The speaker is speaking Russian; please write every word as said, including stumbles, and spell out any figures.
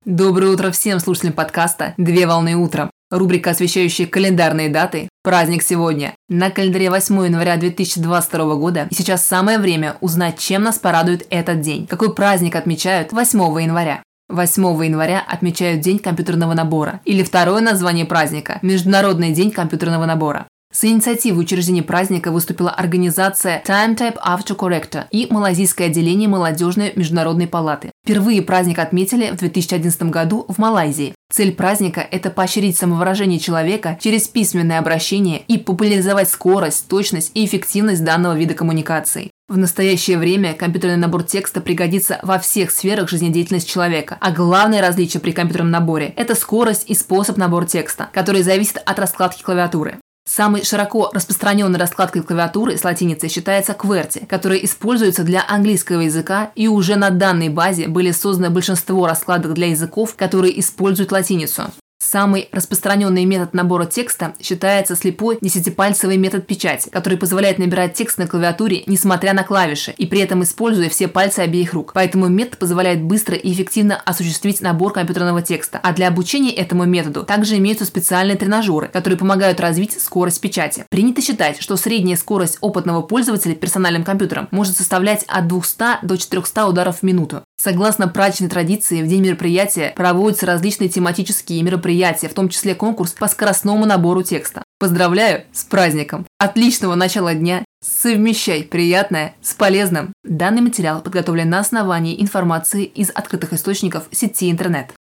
Доброе утро всем слушателям подкаста «Две волны утром». Рубрика, освещающая календарные даты. Праздник сегодня. На календаре восьмое января две тысячи двадцать второго года. И сейчас самое время узнать, чем нас порадует этот день. Какой праздник отмечают восьмого января? восьмого января отмечают День компьютерного набора. Или второе название праздника – Международный день компьютерного набора. С инициативой учреждения праздника выступила организация TimeType Autocorrector и малайзийское отделение Молодежной международной палаты. Впервые праздник отметили в две тысячи одиннадцатом году в Малайзии. Цель праздника – это поощрить самовыражение человека через письменное обращение и популяризовать скорость, точность и эффективность данного вида коммуникации. В настоящее время компьютерный набор текста пригодится во всех сферах жизнедеятельности человека, а главное различие при компьютерном наборе – это скорость и способ набора текста, который зависит от раскладки клавиатуры. Самой широко распространенной раскладкой клавиатуры с латиницей считается QWERTY, которая используется для английского языка, и уже на данной базе были созданы большинство раскладок для языков, которые используют латиницу. Самый распространенный метод набора текста считается слепой десятипальцевый метод печати, который позволяет набирать текст на клавиатуре, несмотря на клавиши, и при этом используя все пальцы обеих рук. Поэтому метод позволяет быстро и эффективно осуществить набор компьютерного текста. А для обучения этому методу также имеются специальные тренажеры, которые помогают развить скорость печати. Принято считать, что средняя скорость опытного пользователя персональным компьютером может составлять от двухсот до четырехсот ударов в минуту. Согласно праздничной традиции, в день мероприятия проводятся различные тематические мероприятия, в том числе конкурс по скоростному набору текста. Поздравляю с праздником! Отличного начала дня! Совмещай приятное с полезным! Данный материал подготовлен на основании информации из открытых источников сети интернет.